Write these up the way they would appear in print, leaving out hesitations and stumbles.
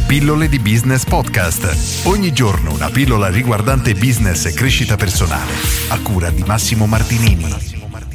Pillole di Business Podcast. Ogni giorno una pillola riguardante business e crescita personale. A cura di Massimo Martinini.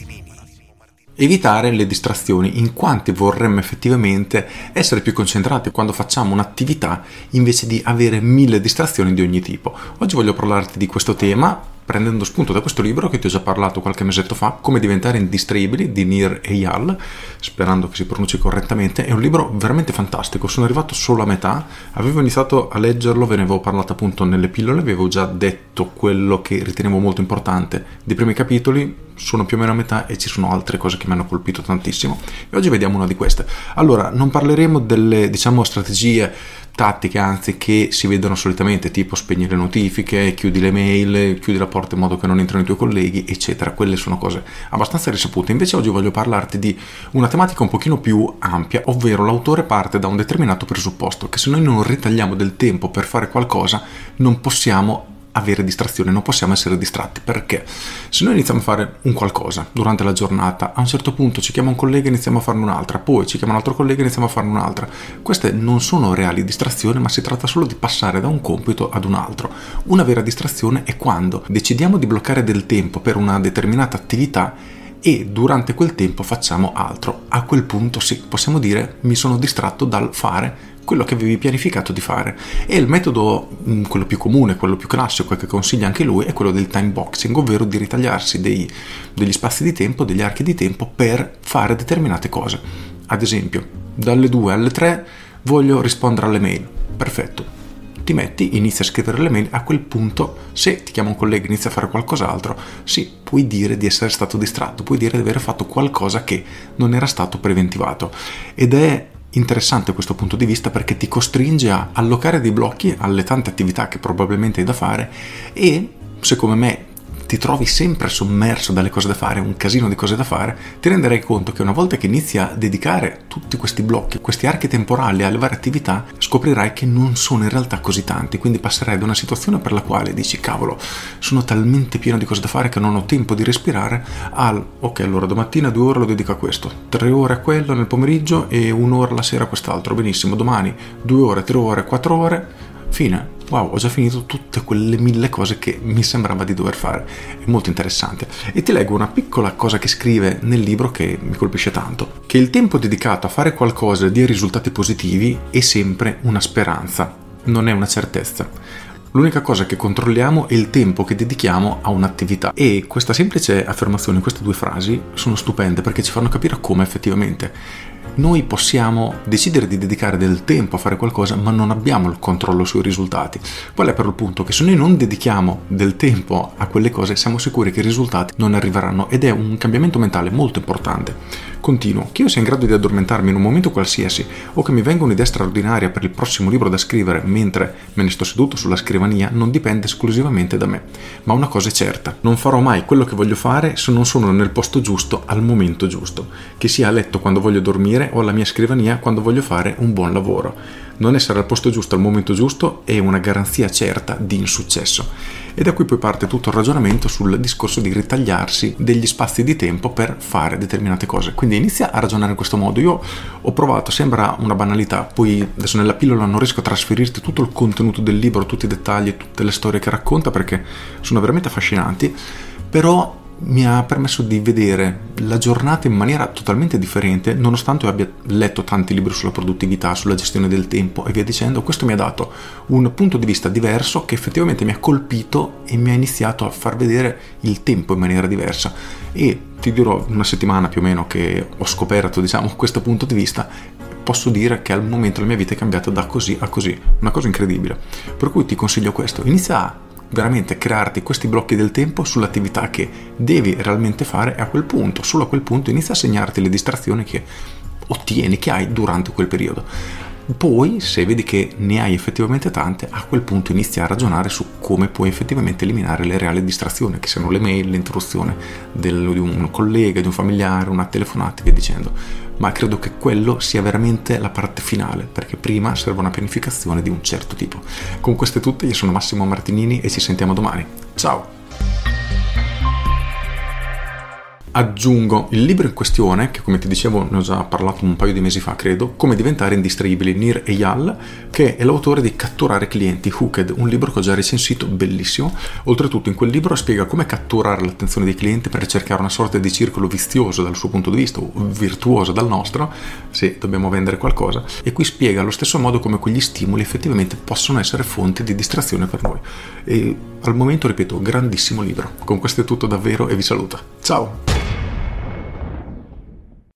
Evitare le distrazioni, in quanti vorremmo effettivamente essere più concentrati quando facciamo un'attività invece di avere 1000 distrazioni di ogni tipo. Oggi voglio parlarti di questo tema prendendo spunto da questo libro che ti ho già parlato qualche mesetto fa, Come diventare indistraibili, di Nir Eyal, sperando che si pronunci correttamente. È un libro veramente fantastico, sono arrivato solo a metà, avevo iniziato a leggerlo, ve ne avevo parlato appunto nelle pillole, avevo già detto quello che ritenevo molto importante dei primi capitoli, sono più o meno a metà e ci sono altre cose che mi hanno colpito tantissimo e oggi vediamo una di queste. Allora, non parleremo delle, strategie tattiche, anzi, che si vedono solitamente, tipo spegni le notifiche, chiudi le mail, chiudi la porta in modo che non entrano i tuoi colleghi, eccetera. Quelle sono cose abbastanza risapute. Invece oggi voglio parlarti di una tematica un pochino più ampia, ovvero l'autore parte da un determinato presupposto, che se noi non ritagliamo del tempo per fare qualcosa non possiamo avere distrazione, non possiamo essere distratti. Perché se noi iniziamo a fare un qualcosa durante la giornata, a un certo punto ci chiama un collega e iniziamo a farne un'altra, poi ci chiama un altro collega e iniziamo a farne un'altra. Queste non sono reali distrazioni, ma si tratta solo di passare da un compito ad un altro. Una vera distrazione è quando decidiamo di bloccare del tempo per una determinata attività e durante quel tempo facciamo altro. A quel punto sì, possiamo dire mi sono distratto dal fare quello che avevi pianificato di fare. E il metodo, quello più comune, quello più classico che consiglia anche lui, è quello del time boxing, ovvero di ritagliarsi degli spazi di tempo, degli archi di tempo per fare determinate cose. Ad esempio, dalle 2 alle 3 voglio rispondere alle mail. Perfetto. Ti metti, inizi a scrivere le mail, a quel punto se ti chiama un collega e inizia a fare qualcos'altro, sì, puoi dire di essere stato distratto, puoi dire di aver fatto qualcosa che non era stato preventivato. Ed è interessante questo punto di vista perché ti costringe a allocare dei blocchi alle tante attività che probabilmente hai da fare e, secondo me, ti trovi sempre sommerso dalle cose da fare, un casino di cose da fare, ti renderai conto che una volta che inizi a dedicare tutti questi blocchi, questi archi temporali alle varie attività, scoprirai che non sono in realtà così tanti, quindi passerai da una situazione per la quale dici cavolo, sono talmente pieno di cose da fare che non ho tempo di respirare, al ok, allora domattina 2 ore lo dedico a questo, 3 ore a quello nel pomeriggio e 1 ora la sera a quest'altro, benissimo, domani 2 ore, 3 ore, 4 ore, fine. Wow, ho già finito tutte quelle 1000 cose che mi sembrava di dover fare. È molto interessante. E ti leggo una piccola cosa che scrive nel libro che mi colpisce tanto. Che il tempo dedicato a fare qualcosa e dia risultati positivi è sempre una speranza, non è una certezza. L'unica cosa che controlliamo è il tempo che dedichiamo a un'attività. E questa semplice affermazione, queste 2 frasi, sono stupende perché ci fanno capire come effettivamente noi possiamo decidere di dedicare del tempo a fare qualcosa, ma non abbiamo il controllo sui risultati. Qual è però il punto? Che se noi non dedichiamo del tempo a quelle cose, siamo sicuri che i risultati non arriveranno, ed è un cambiamento mentale molto importante. Continuo, che io sia in grado di addormentarmi in un momento qualsiasi o che mi venga un'idea straordinaria per il prossimo libro da scrivere mentre me ne sto seduto sulla scrivania non dipende esclusivamente da me, ma una cosa è certa: non farò mai quello che voglio fare se non sono nel posto giusto al momento giusto, che sia a letto quando voglio dormire o alla mia scrivania quando voglio fare un buon lavoro. Non essere al posto giusto al momento giusto è una garanzia certa di insuccesso. E da qui poi parte tutto il ragionamento sul discorso di ritagliarsi degli spazi di tempo per fare determinate cose. Quindi inizia a ragionare in questo modo. Io ho provato, sembra una banalità, poi adesso nella pillola non riesco a trasferirti tutto il contenuto del libro, tutti i dettagli, tutte le storie che racconta perché sono veramente affascinanti, però mi ha permesso di vedere la giornata in maniera totalmente differente, nonostante io abbia letto tanti libri sulla produttività, sulla gestione del tempo e via dicendo. Questo mi ha dato un punto di vista diverso che effettivamente mi ha colpito e mi ha iniziato a far vedere il tempo in maniera diversa. E ti dirò, una settimana più o meno che ho scoperto, questo punto di vista, posso dire che al momento la mia vita è cambiata da così a così, una cosa incredibile. Per cui ti consiglio questo: inizia a veramente crearti questi blocchi del tempo sull'attività che devi realmente fare e a quel punto, solo a quel punto, inizia a segnarti le distrazioni che ottieni, che hai durante quel periodo. Poi, se vedi che ne hai effettivamente tante, a quel punto inizia a ragionare su come puoi effettivamente eliminare le reali distrazioni, che siano le mail, l'interruzione di un collega, di un familiare, una telefonata e via dicendo. Ma credo che quello sia veramente la parte finale, perché prima serve una pianificazione di un certo tipo. Con questo è tutto, io sono Massimo Martinini e ci sentiamo domani. Ciao! Aggiungo il libro in questione, che come ti dicevo ne ho già parlato un paio di mesi fa credo, Come diventare indistraibili, Nir Eyal, che è l'autore di Catturare clienti, Hooked, un libro che ho già recensito, bellissimo. Oltretutto in quel libro spiega come catturare l'attenzione dei clienti per cercare una sorta di circolo vizioso dal suo punto di vista, o virtuoso dal nostro, se dobbiamo vendere qualcosa, e qui spiega allo stesso modo come quegli stimoli effettivamente possono essere fonti di distrazione per noi. E al momento, ripeto, grandissimo libro. Con questo è tutto davvero e vi saluto. Ciao!